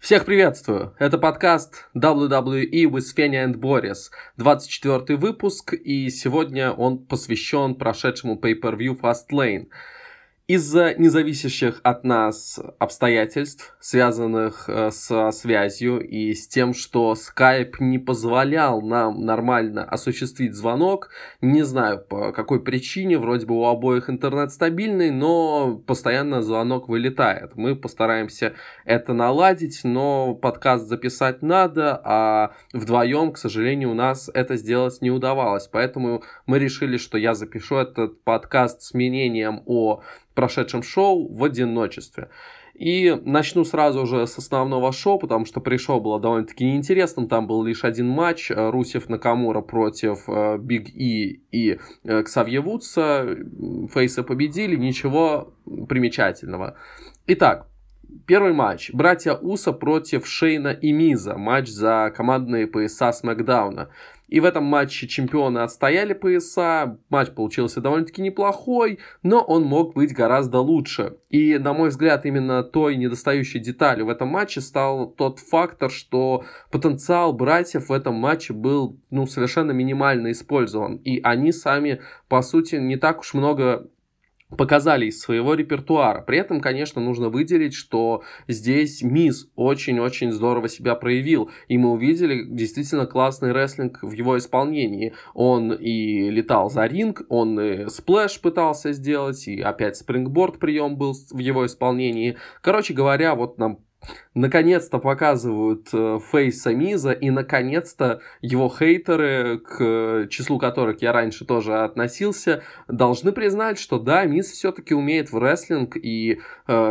Всех приветствую! Это подкаст WWE with Fenia and Boris, 24-й выпуск, и сегодня он посвящен прошедшему pay-per-view Fastlane. Из-за независящих от нас обстоятельств, связанных со связью и с тем, что Skype не позволял нам нормально осуществить звонок, не знаю по какой причине, вроде бы у обоих интернет стабильный, но постоянно звонок вылетает. Мы постараемся это наладить, но подкаст записать надо, а вдвоем, к сожалению, у нас это сделать не удавалось. Поэтому мы решили, что я запишу этот подкаст с мнением о прошедшем шоу в одиночестве. И начну сразу же с основного шоу, потому что пришел было довольно-таки неинтересным. Там был лишь один матч. Русев Накамура против Биг И и Ксавье Вудса. Фейсы победили, ничего примечательного. Итак, первый матч. Братья Усо против Шейна и Миза. Матч за командные пояса Смэкдауна. И в этом матче чемпионы отстояли пояса. Матч получился довольно-таки неплохой, но он мог быть гораздо лучше. И, на мой взгляд, именно той недостающей деталью в этом матче стал тот фактор, что потенциал братьев в этом матче был совершенно минимально использован. И они сами, по сути, не так уж много показали из своего репертуара. При этом, конечно, нужно выделить, что здесь Миз очень-очень здорово себя проявил. И мы увидели действительно классный рестлинг в его исполнении. Он и летал за ринг, он и сплэш пытался сделать, и опять спрингборд прием был в его исполнении. Короче говоря, вот нам наконец-то показывают фейса Миза, и наконец-то его хейтеры, к числу которых я раньше тоже относился, должны признать, что да, Миз все-таки умеет в рестлинг, и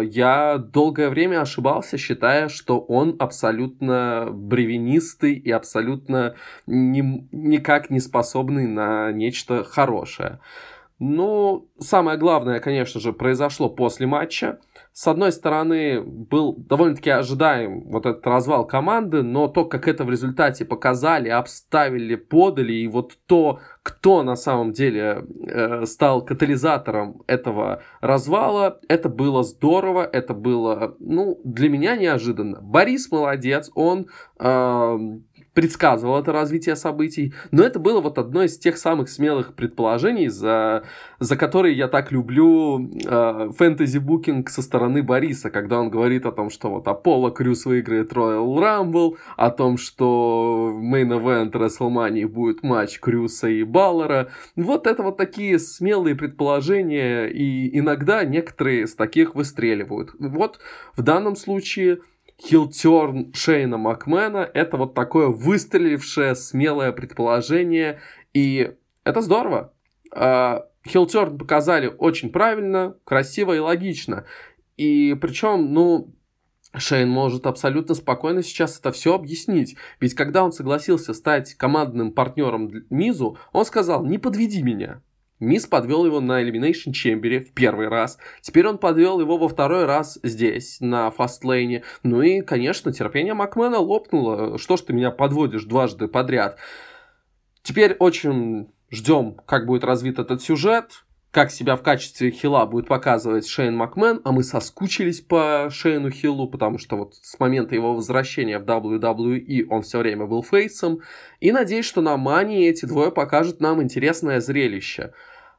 я долгое время ошибался, считая, что он абсолютно бревенистый и абсолютно никак не способный на нечто хорошее. Самое главное, конечно же, произошло после матча. С одной стороны, был довольно-таки ожидаем вот этот развал команды, но то, как это в результате показали, обставили, подали, и вот то, кто на самом деле стал катализатором этого развала, это было здорово, это было, для меня неожиданно. Борис молодец, он предсказывал это развитие событий, но это было вот одно из тех самых смелых предположений, за которые я так люблю фэнтези-букинг со стороны Бориса, когда он говорит о том, что вот Аполло Крюс выиграет Royal Rumble, о том, что в мейн-эвент WrestleMania будет матч Крюса и Баллера. Вот это вот такие смелые предположения, и иногда некоторые из таких выстреливают. Вот в данном случае хилтерн Шейна Макмена — это вот такое выстрелившее смелое предположение, и это здорово. Хилтерн показали очень правильно, красиво и логично. И причем, Шейн может абсолютно спокойно сейчас это все объяснить. Ведь когда он согласился стать командным партнером Мизу, он сказал: не подведи меня. Миз подвел его на Elimination Chamber в первый раз. Теперь он подвел его во второй раз здесь, на Fastlane. И, конечно, терпение Макмена лопнуло. Что ж ты меня подводишь дважды подряд? Теперь очень ждем, как будет развит этот сюжет, как себя в качестве хила будет показывать Шейн Макмен, а мы соскучились по Шейну Хиллу, потому что вот с момента его возвращения в WWE он все время был фейсом, и надеюсь, что на Мании эти двое покажут нам интересное зрелище.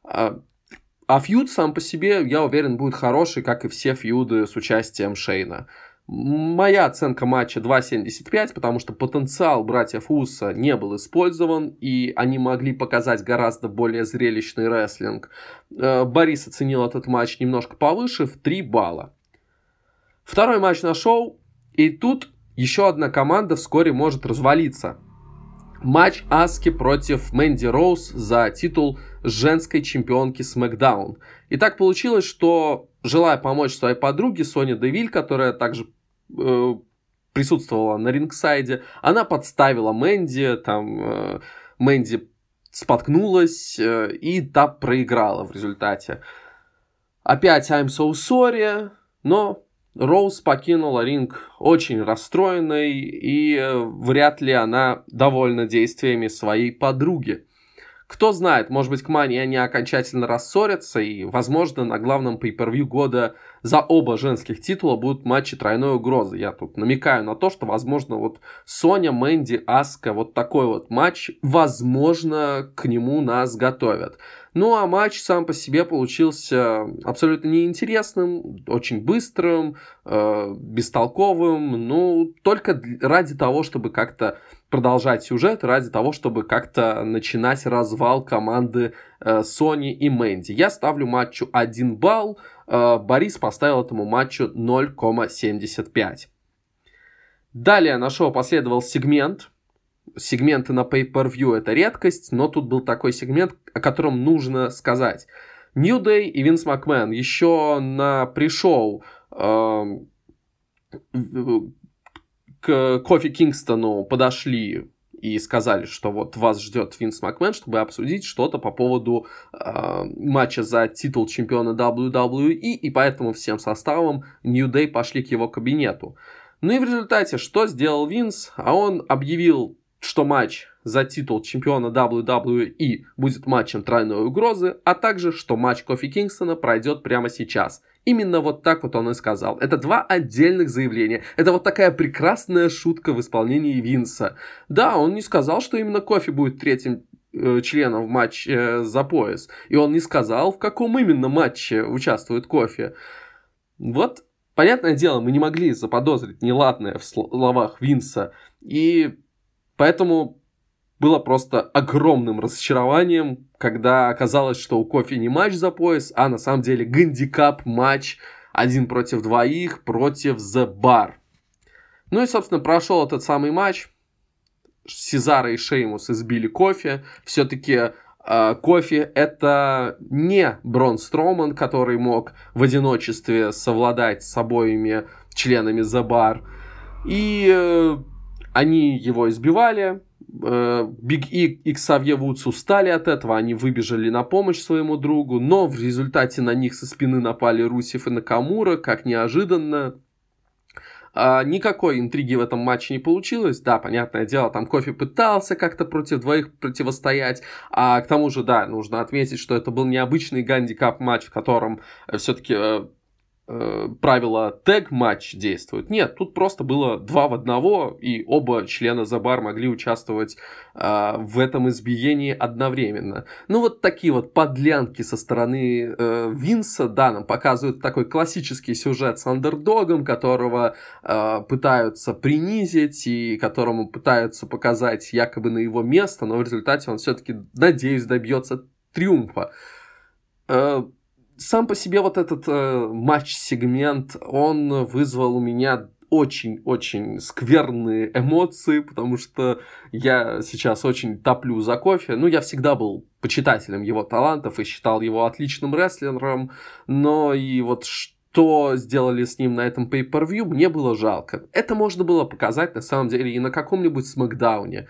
А фьюд сам по себе, я уверен, будет хороший, как и все фьюды с участием Шейна. Моя оценка матча 2.75, потому что потенциал братьев Усо не был использован, и они могли показать гораздо более зрелищный рестлинг. Борис оценил этот матч немножко повыше, в 3 балла. Второй матч на шоу, и тут еще одна команда вскоре может развалиться. Матч Аски против Мэнди Роуз за титул женской чемпионки SmackDown. И так получилось, что, желая помочь своей подруге Соне Девиль, которая также присутствовала на рингсайде, она подставила Мэнди, Мэнди споткнулась, и та проиграла в результате. Опять I'm so sorry, но Роуз покинула ринг очень расстроенной, и вряд ли она довольна действиями своей подруги. Кто знает, может быть, к Мании они окончательно рассорятся, и, возможно, на главном pay-per-view года за оба женских титула будут матчи тройной угрозы. Я тут намекаю на то, что, возможно, вот Соня, Мэнди, Аска, вот такой вот матч, возможно, к нему нас готовят. Ну, а матч сам по себе получился абсолютно неинтересным, очень быстрым, бестолковым, ну, только ради того, чтобы как-то продолжать сюжет, ради того, чтобы как-то начинать развал команды Сони и Мэнди. Я ставлю матчу 1 балл, Борис поставил этому матчу 0,75. Далее на шоу последовал сегмент. Сегменты на Pay-Per-View это редкость, но тут был такой сегмент, о котором нужно сказать. New Day и Винс Макмен еще на пришоу к Кофи Кингстону подошли и сказали, что вот вас ждет Винс Макмен, чтобы обсудить что-то по поводу матча за титул чемпиона WWE, и поэтому всем составом New Day пошли к его кабинету. Ну и в результате, что сделал Винс? А он объявил, что матч за титул чемпиона WWE будет матчем тройной угрозы, а также, что матч Кофи Кингстона пройдет прямо сейчас. Именно вот так вот он и сказал. Это два отдельных заявления. Это вот такая прекрасная шутка в исполнении Винса. Да, он не сказал, что именно Кофи будет третьим членом в матче за пояс. И он не сказал, в каком именно матче участвует Кофи. Вот, понятное дело, мы не могли заподозрить неладное в словах Винса. И поэтому было просто огромным разочарованием, когда оказалось, что у Кофи не матч за пояс, а на самом деле гандикап-матч 1 против 2 против The Bar. Ну и, собственно, прошел этот самый матч. Сезаро и Шеймус избили Кофи. Все-таки Кофи это не Брон Строуман, который мог в одиночестве совладать с обоими членами The Bar. И они его избивали. Биг И и Ксавье Вудс устали от этого, они выбежали на помощь своему другу, но в результате на них со спины напали Русев и Накамура, как неожиданно. Никакой интриги в этом матче не получилось. Да, понятное дело, там Кофи пытался как-то против двоих противостоять. А к тому же, да, нужно отметить, что это был необычный гандикап-матч, в котором все-таки правила тег-матч действуют. Нет, тут просто было 2 в 1, и оба члена The Bar могли участвовать в этом избиении одновременно. Ну, вот такие вот подлянки со стороны Винса, да, нам показывают такой классический сюжет с андердогом, которого пытаются принизить, и которому пытаются показать якобы на его место, но в результате он все-таки, надеюсь, добьется триумфа. Сам по себе вот этот матч-сегмент, он вызвал у меня очень-очень скверные эмоции, потому что я сейчас очень топлю за Кофи. Ну, я всегда был почитателем его талантов и считал его отличным рестлером, но и вот что сделали с ним на этом pay-per-view, мне было жалко. Это можно было показать, на самом деле, и на каком-нибудь смакдауне.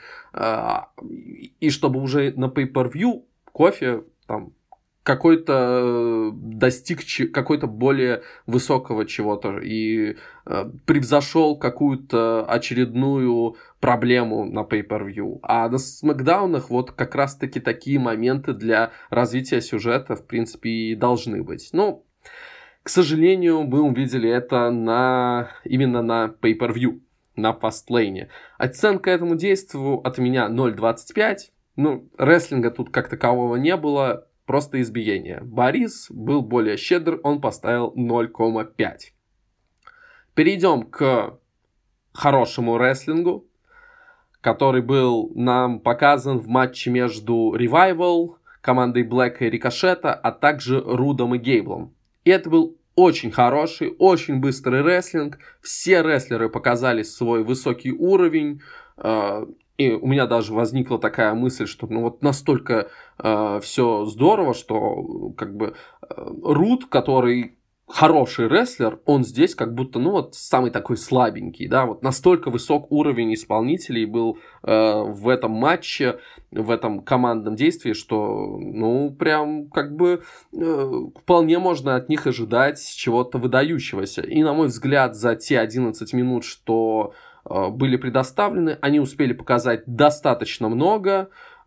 И чтобы уже на pay-per-view Кофи там какой-то достиг какой-то более высокого чего-то и превзошел какую-то очередную проблему на pay-per-view. А на смакдаунах вот как раз-таки такие моменты для развития сюжета, в принципе, и должны быть. Ну, к сожалению, мы увидели это именно на pay-per-view, на Fastlane. Оценка этому действию от меня 0,25. Ну, рестлинга тут как такового не было. Просто избиение. Борис был более щедр, он поставил 0,5. Перейдем к хорошему рестлингу, который был нам показан в матче между Revival, командой Блэка и Рикошета, а также Рудом и Гейблом. И это был очень хороший, очень быстрый рестлинг. Все рестлеры показали свой высокий уровень. И у меня даже возникла такая мысль, что ну вот настолько все здорово, что как бы Руд, который хороший рестлер, он здесь как будто ну вот самый такой слабенький, да, вот настолько высок уровень исполнителей был в этом матче, в этом командном действии, что ну прям как бы вполне можно от них ожидать чего-то выдающегося. И на мой взгляд, за те 11 минут, что были предоставлены, они успели показать достаточно много.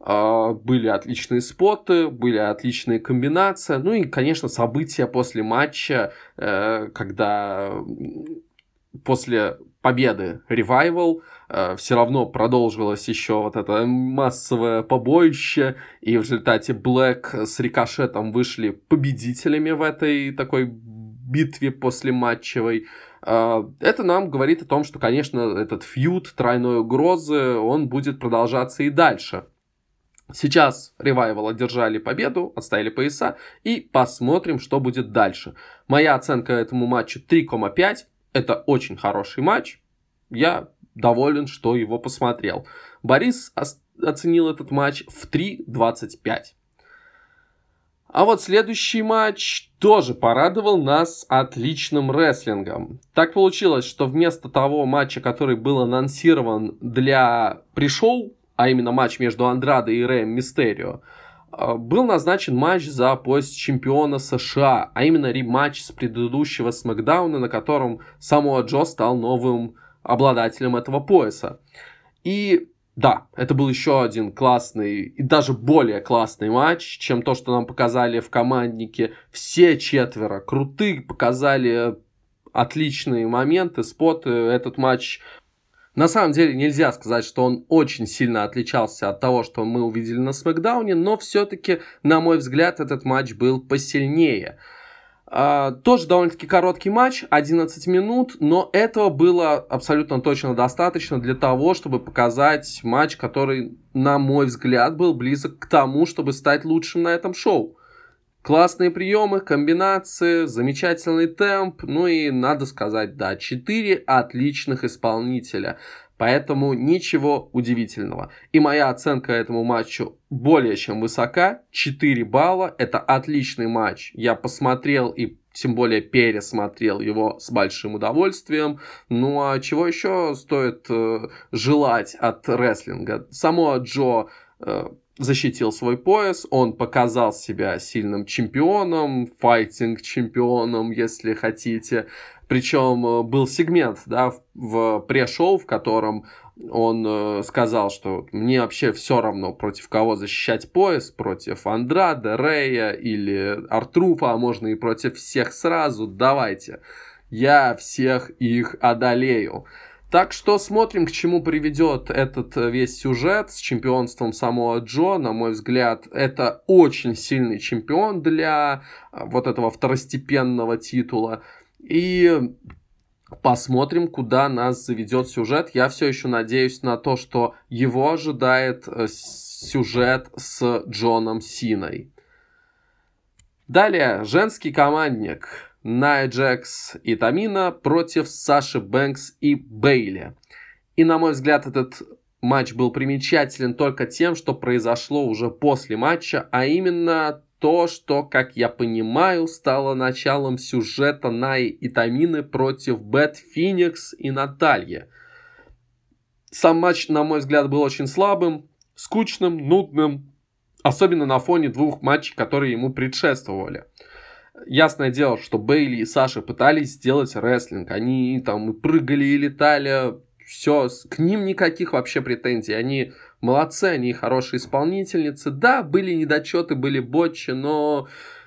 Были отличные споты, были отличные комбинации. Ну и, конечно, события после матча, когда после победы Revival все равно продолжилось еще вот это массовое побоище, и в результате Black с Рикошетом вышли победителями в этой такой битве послематчевой. Это нам говорит о том, что, конечно, этот фьюд тройной угрозы, он будет продолжаться и дальше. Сейчас Revival одержали победу, отстояли пояса, и посмотрим, что будет дальше. Моя оценка этому матчу 3,5. Это очень хороший матч. Я доволен, что его посмотрел. Борис оценил этот матч в 3,25. А вот следующий матч тоже порадовал нас отличным рестлингом. Так получилось, что вместо того матча, который был анонсирован для пришоу, а именно матч между Андрадо и Рэем Мистерио, был назначен матч за пояс чемпиона США, а именно рематч с предыдущего Смэкдауна, на котором Самоа Джо стал новым обладателем этого пояса. И да, это был еще один классный и даже более классный матч, чем то, что нам показали в команднике. Все четверо крутые, показали отличные моменты, споты. Этот матч, на самом деле, нельзя сказать, что он очень сильно отличался от того, что мы увидели на Смэкдауне, но все-таки, на мой взгляд, этот матч был посильнее. Тоже довольно-таки короткий матч, 11 минут, но этого было абсолютно точно достаточно для того, чтобы показать матч, который, на мой взгляд, был близок к тому, чтобы стать лучшим на этом шоу. Классные приемы, комбинации, замечательный темп, ну и, надо сказать, да, 4 отличных исполнителя. Поэтому ничего удивительного. И моя оценка этому матчу более чем высока. 4 балла. Это отличный матч. Я посмотрел и тем более пересмотрел его с большим удовольствием. Ну а чего еще стоит желать от рестлинга? Самоа Джо защитил свой пояс, он показал себя сильным чемпионом, файтинг-чемпионом, если хотите. Причем был сегмент, да, в пре-шоу, в котором он сказал, что мне вообще все равно, против кого защищать пояс, против Андрадо, Рэя или Артруфа, а можно и против всех сразу, давайте, я всех их одолею. Так что смотрим, к чему приведет этот весь сюжет с чемпионством Самоа Джо. На мой взгляд, это очень сильный чемпион для вот этого второстепенного титула. И посмотрим, куда нас заведет сюжет. Я все еще надеюсь на то, что его ожидает сюжет с Джоном Синой. Далее, женский командник. Найя Джекс и Тамина против Саши Бэнкс и Бейли. И, на мой взгляд, этот матч был примечателен только тем, что произошло уже после матча, а именно то, что, как я понимаю, стало началом сюжета Найи и Тамины против Бет Феникс и Натальи. Сам матч, на мой взгляд, был очень слабым, скучным, нудным, особенно на фоне двух матчей, которые ему предшествовали. Ясное дело, что Бейли и Саша пытались сделать рестлинг. Они там и прыгали, и летали. Все, к ним никаких вообще претензий. Они молодцы, они хорошие исполнительницы. Да, были недочеты, были ботчи, но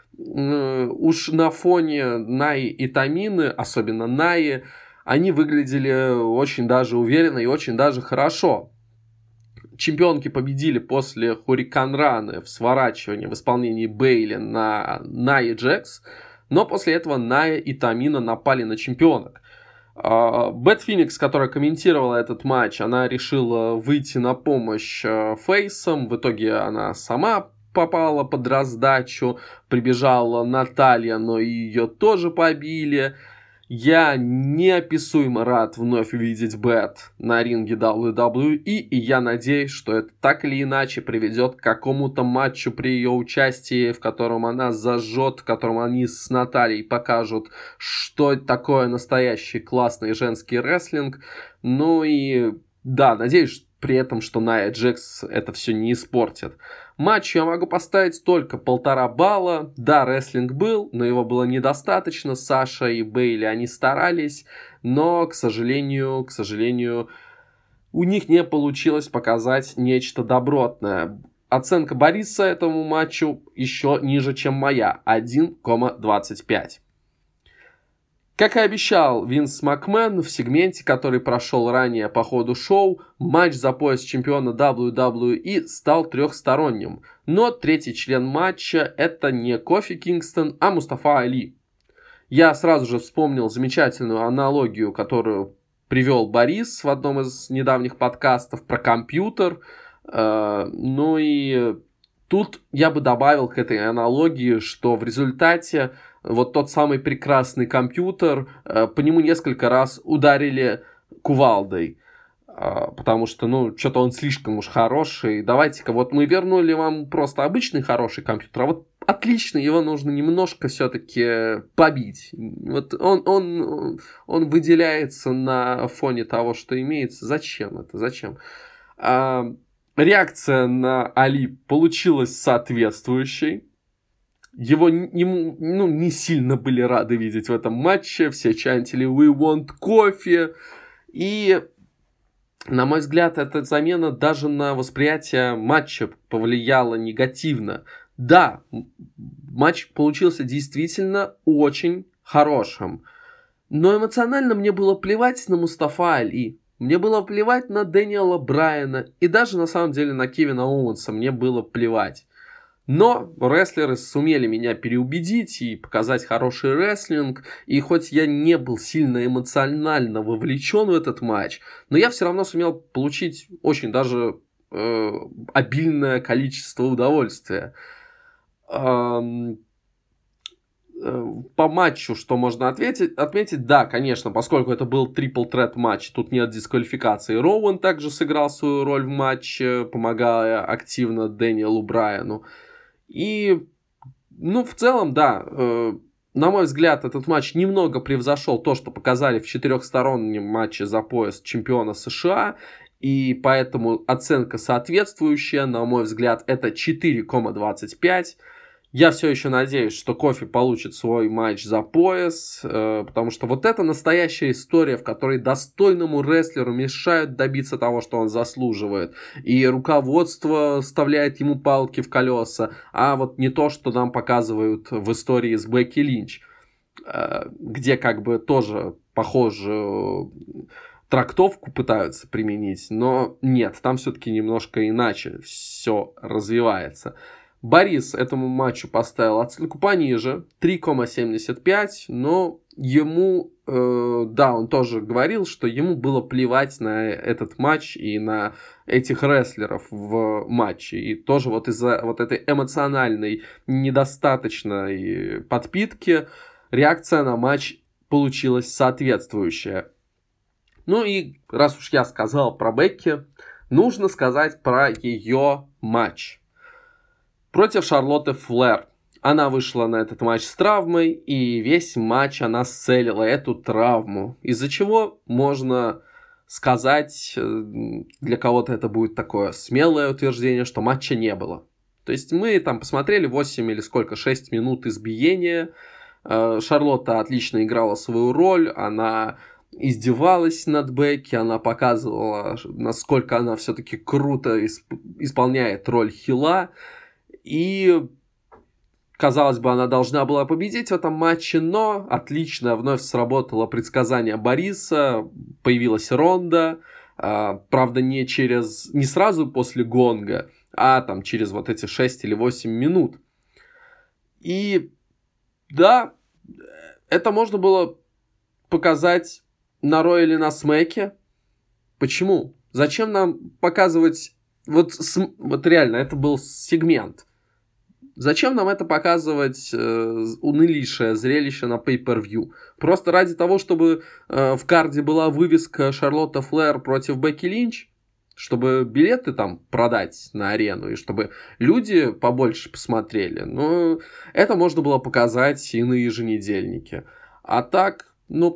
уж на фоне Найи и Тамины, особенно Найи, они выглядели очень даже уверенно и очень даже хорошо. Чемпионки победили после Хурикан-раны в сворачивании в исполнении Бейли на Найя Джекс, но после этого Найя и Тамина напали на чемпионок. Бет Феникс, которая комментировала этот матч, она решила выйти на помощь фейсам. В итоге она сама попала под раздачу, прибежала Наталья, но ее тоже побили. Я неописуемо рад вновь увидеть Бет на ринге WWE, и я надеюсь, что это так или иначе приведет к какому-то матчу при ее участии, в котором она зажжет, в котором они с Натальей покажут, что такое настоящий классный женский рестлинг. Ну и да, надеюсь при этом, что Найя Джекс это все не испортит. Матч я могу поставить только 1,5 балла. Да, рестлинг был, но его было недостаточно. Саша и Бейли, они старались, но, к сожалению, у них не получилось показать нечто добротное. оценка Бориса этому матчу еще ниже, чем моя, 1,25. Как и обещал Винс Макмен в сегменте, который прошел ранее по ходу шоу, матч за пояс чемпиона WWE стал трехсторонним. Но третий член матча это не Кофи Кингстон, а Мустафа Али. Я сразу же вспомнил замечательную аналогию, которую привел Борис в одном из недавних подкастов про компьютер. Ну и тут я бы добавил к этой аналогии, что в результате вот тот самый прекрасный компьютер, по нему несколько раз ударили кувалдой. Потому что, что-то он слишком уж хороший. Давайте-ка, вот мы вернули вам просто обычный хороший компьютер, а вот отлично, его нужно немножко все-таки побить. Вот он выделяется на фоне того, что имеется. Зачем это? Зачем? Реакция на Али получилась соответствующей. Ему не сильно были рады видеть в этом матче. Все чантили «We want coffee». И, на мой взгляд, эта замена даже на восприятие матча повлияла негативно. Да, матч получился действительно очень хорошим. Но эмоционально мне было плевать на Мустафа Али. Мне было плевать на Дэниела Брайана. И даже, на самом деле, на Кевина Оуэнса мне было плевать. Но рестлеры сумели меня переубедить и показать хороший рестлинг. И хоть я не был сильно эмоционально вовлечен в этот матч, но я все равно сумел получить очень даже обильное количество удовольствия. По матчу, что можно отметить, да, конечно, поскольку это был трипл-трет матч, тут нет дисквалификации. Роуэн также сыграл свою роль в матче, помогая активно Дэниелу Брайану. И, в целом, да, на мой взгляд, этот матч немного превзошел то, что показали в четырехстороннем матче за пояс чемпиона США, и поэтому оценка соответствующая, на мой взгляд, это 4,25. Я все еще надеюсь, что Кофи получит свой матч за пояс, потому что вот это настоящая история, в которой достойному рестлеру мешают добиться того, что он заслуживает. И руководство вставляет ему палки в колеса, а вот не то, что нам показывают в истории с Бекки Линч, где как бы тоже похожую трактовку пытаются применить, но нет, там все-таки немножко иначе все развивается. Борис этому матчу поставил оценку пониже, 3,75, но ему, да, он тоже говорил, что ему было плевать на этот матч и на этих рестлеров в матче. И тоже вот из-за вот этой эмоциональной недостаточной подпитки реакция на матч получилась соответствующая. Ну и раз уж я сказал про Бекки, нужно сказать про ее матч против Шарлотты Флэр. Она вышла на этот матч с травмой, и весь матч она сцелила эту травму. Из-за чего можно сказать, для кого-то это будет такое смелое утверждение, что матча не было. То есть мы там посмотрели 8 или сколько, 6 минут избиения. Шарлотта отлично играла свою роль, она издевалась над Бекки, она показывала, насколько она все-таки круто исполняет роль хила. И, казалось бы, она должна была победить в этом матче, но отлично вновь сработало предсказание Бориса, появилась Ронда, правда, не сразу после гонга, а там через вот эти 6 или 8 минут. И да, это можно было показать на Ро или на Смэке. Почему? Зачем нам показывать... Вот реально, это был сегмент. Зачем нам это показывать унылейшее зрелище на pay-per-view? Просто ради того, чтобы в карде была вывеска Шарлотта Флэр против Бекки Линч? Чтобы билеты там продать на арену, и чтобы люди побольше посмотрели. Ну, это можно было показать и на еженедельнике. А так,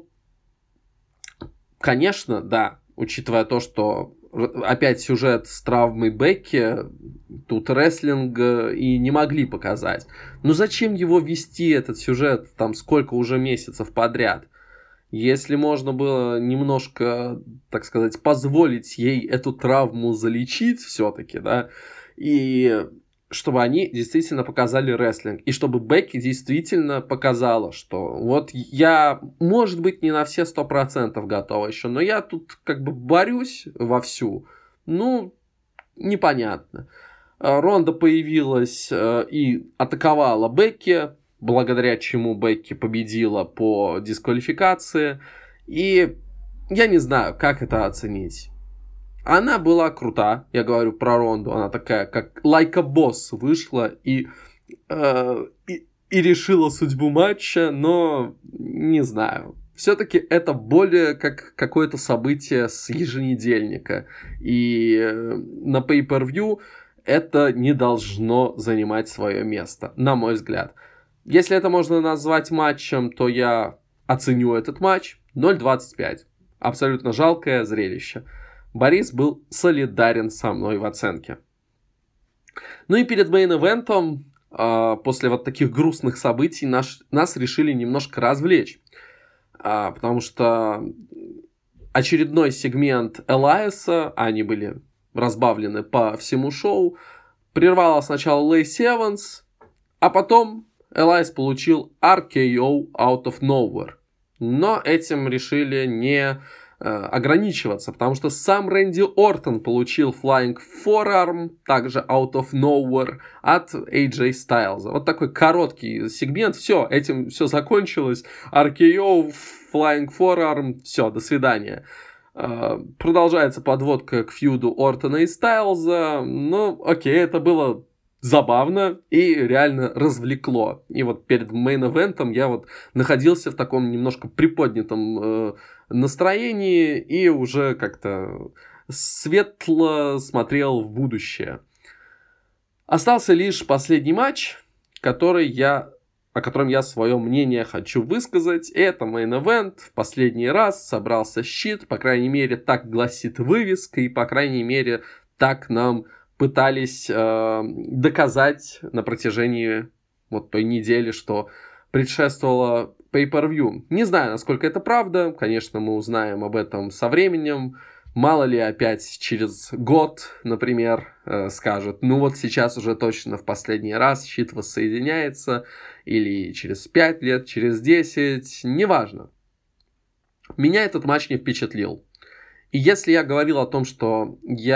конечно, да, учитывая то, что опять сюжет с травмой Бекки, тут рестлинг и не могли показать. Ну зачем его вести, этот сюжет, там сколько уже месяцев подряд? Если можно было немножко, так сказать, позволить ей эту травму залечить все-таки, да, И чтобы они действительно показали рестлинг. И чтобы Бекки действительно показала, что вот я, может быть, не на все 100% готова еще, но я тут как бы борюсь вовсю. Ну, непонятно. Ронда появилась и атаковала Бекки, благодаря чему Бекки победила по дисквалификации. И я не знаю, как это оценить. Она была крута, я говорю про Ронду, она такая, как like a boss вышла и решила судьбу матча, но не знаю. Все-таки это более как какое-то событие с еженедельника. И на pay-per-view это не должно занимать свое место, на мой взгляд. Если это можно назвать матчем, то я оценю этот матч 0.25. Абсолютно жалкое зрелище. Борис был солидарен со мной в оценке. Ну и перед мейн-эвентом, после вот таких грустных событий, нас решили немножко развлечь. Потому что очередной сегмент Элайса, они были разбавлены по всему шоу, прервала сначала Лейси Эванс, а потом Элайс получил RKO out of nowhere. Но этим решили не ограничиваться, потому что сам Рэнди Ортон получил Flying Forearm, также out of nowhere, от AJ Styles. Вот такой короткий сегмент, все, этим все закончилось. RKO, Flying Forearm, все, до свидания. Продолжается подводка к фьюду Ортона и Стайлза. Ну, окей, это было забавно и реально развлекло. И вот перед мейн-эвентом я вот находился в таком немножко приподнятом настроении и уже как-то светло смотрел в будущее. Остался лишь последний матч, о котором я свое мнение хочу высказать. Это мейн-эвент. В последний раз собрался щит. По крайней мере, так гласит вывеска. И, по крайней мере, так нам пытались доказать на протяжении вот той недели, что предшествовало pay-per-view. Не знаю, насколько это правда. Конечно, мы узнаем об этом со временем. Мало ли опять через год, например, скажут, ну вот сейчас уже точно в последний раз щит воссоединяется, или через 5 лет, через 10, неважно. Меня этот матч не впечатлил. И если я говорил о том, что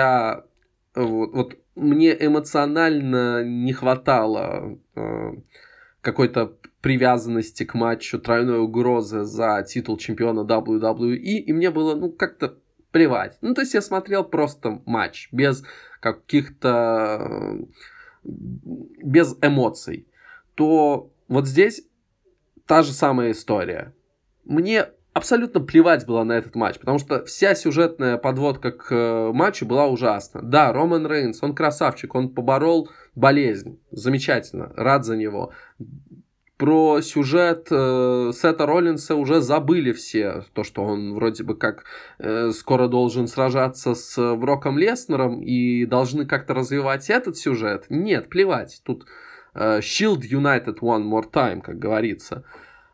мне эмоционально не хватало какой-то привязанности к матчу тройной угрозы за титул чемпиона WWE, и мне было, как-то плевать. То есть я смотрел просто матч, без каких-то... без эмоций. То вот здесь та же самая история. Мне абсолютно плевать было на этот матч, потому что вся сюжетная подводка к матчу была ужасна. Да, Роман Рейнс, он красавчик, он поборол болезнь. Замечательно, рад за него. Про сюжет Сета Роллинса уже забыли все. То, что он вроде бы как скоро должен сражаться с Броком Леснером и должны как-то развивать этот сюжет. Нет, плевать. Тут Shield United one more time, как говорится.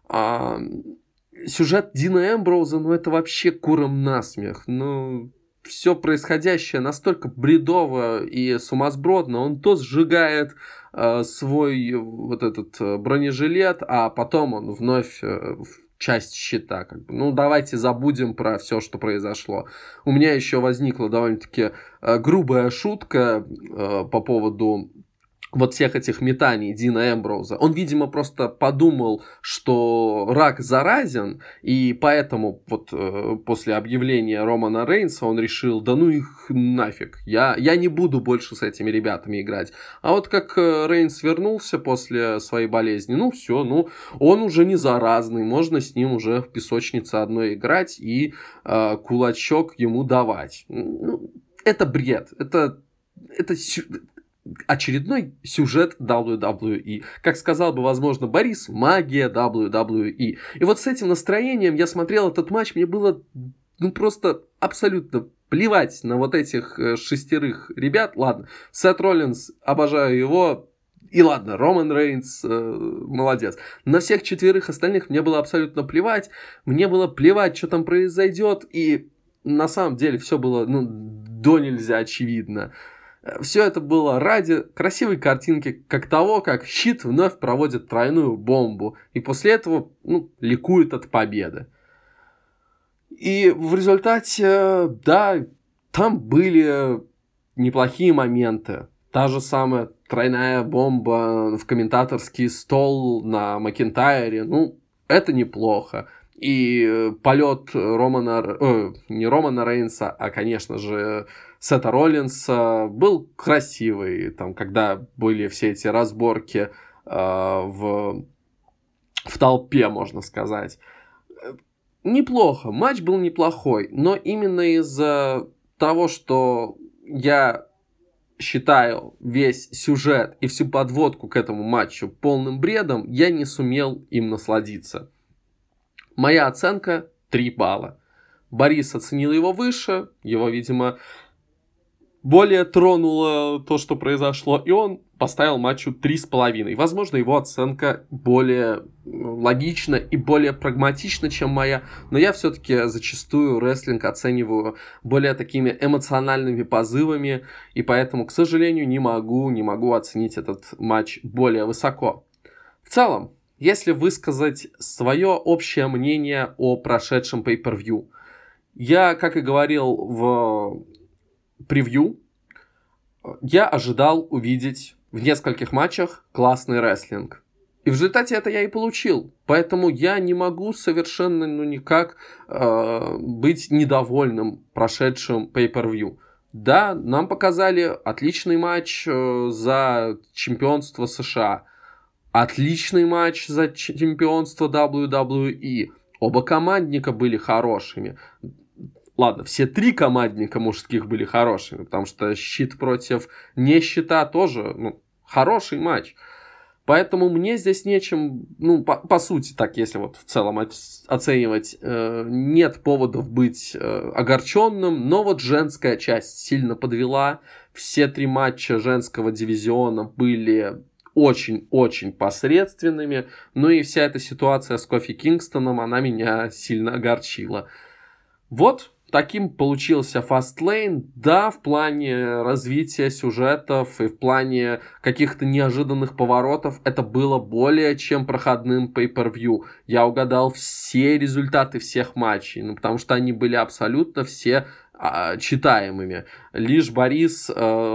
Сюжет Дина Эмброуза, это вообще курам насмех. Все происходящее настолько бредово и сумасбродно. Он то сжигает свой вот этот бронежилет, а потом он вновь в часть щита. Давайте забудем про все, что произошло. У меня еще возникла довольно-таки грубая шутка по поводу вот всех этих метаний Дина Эмброуза. Он, видимо, просто подумал, что рак заразен, и поэтому вот после объявления Романа Рейнса он решил, да ну их нафиг, я не буду больше с этими ребятами играть. А вот как Рейнс вернулся после своей болезни, все, он уже не заразный, можно с ним уже в песочнице одной играть и кулачок ему давать. Это бред, это очередной сюжет WWE. Как сказал бы, возможно, Борис, магия WWE. И вот с этим настроением я смотрел этот матч, мне было просто абсолютно плевать на вот этих 6 ребят. Ладно, Сет Роллинс, обожаю его. И ладно, Роман Рейнс, молодец. На всех 4 остальных мне было абсолютно плевать. Мне было плевать, что там произойдет. И на самом деле все было, до нельзя очевидно. Все это было ради красивой картинки, как того, как Щит вновь проводит тройную бомбу, и после этого ликует от победы. И в результате, да, там были неплохие моменты. Та же самая тройная бомба в комментаторский стол на Макентайре, это неплохо. И полет не Романа Рейнса, а, конечно же, Сета Роллинса был красивый. Там, когда были все эти разборки в толпе, можно сказать. Неплохо, матч был неплохой, но именно из-за того, что я считаю весь сюжет и всю подводку к этому матчу полным бредом, я не сумел им насладиться. Моя оценка 3 балла. Борис оценил его выше, его, видимо, более тронуло то, что произошло, и он поставил матчу 3,5. Возможно, его оценка более логична и более прагматична, чем моя, но я все-таки зачастую рестлинг оцениваю более такими эмоциональными позывами, и поэтому, к сожалению, не могу оценить этот матч более высоко. В целом, если высказать свое общее мнение о прошедшем pay-per-view, я, как и говорил в превью, я ожидал увидеть в нескольких матчах классный рестлинг. И в результате это я и получил. Поэтому я не могу совершенно никак быть недовольным прошедшим pay-per-view. Да, нам показали отличный матч за чемпионство США. Отличный матч за чемпионство WWE. Оба командника были хорошими. Ладно, все 3 командника мужских были хорошими, потому что Щит против Нещита тоже, хороший матч. Поэтому мне здесь нечем, по сути, так, если вот в целом оценивать, нет поводов быть огорченным, но вот женская часть сильно подвела. Все 3 матча женского дивизиона были очень-очень посредственными, и вся эта ситуация с Кофи Кингстоном, она меня сильно огорчила. Вот. Таким получился Fastlane, да, в плане развития сюжетов и в плане каких-то неожиданных поворотов это было более чем проходным pay-per-view. Я угадал все результаты всех матчей, потому что они были абсолютно все читаемыми. Лишь Борис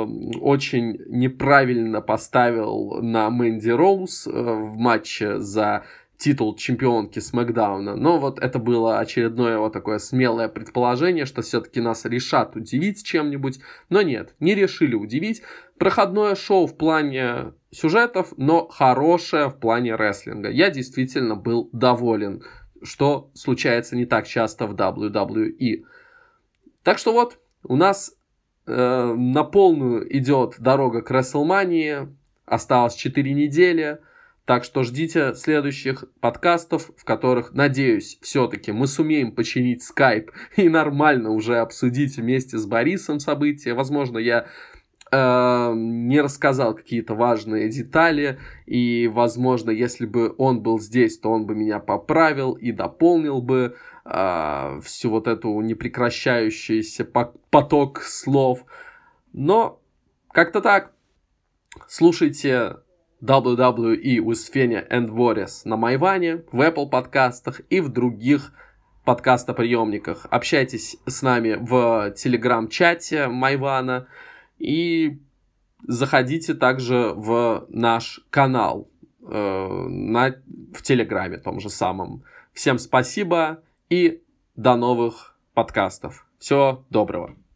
очень неправильно поставил на Мэнди Роуз в матче за титул чемпионки Смэкдауна. Но вот это было очередное вот такое смелое предположение, что все-таки нас решат удивить чем-нибудь. Но нет, не решили удивить. Проходное шоу в плане сюжетов, но хорошее в плане рестлинга. Я действительно был доволен, что случается не так часто в WWE. Так что вот, у нас на полную идет дорога к WrestleMania. Осталось 4 недели. Так что ждите следующих подкастов, в которых, надеюсь, все-таки мы сумеем починить скайп и нормально уже обсудить вместе с Борисом события. Возможно, я не рассказал какие-то важные детали, и, возможно, если бы он был здесь, то он бы меня поправил и дополнил бы всю вот эту непрекращающийся поток слов. Но как-то так. Слушайте WWE with Fenya and Boris на Майване, в Apple подкастах и в других подкастоприемниках. Общайтесь с нами в телеграм-чате Майвана и заходите также в наш канал в Телеграме том же самом. Всем спасибо и до новых подкастов. Всего доброго.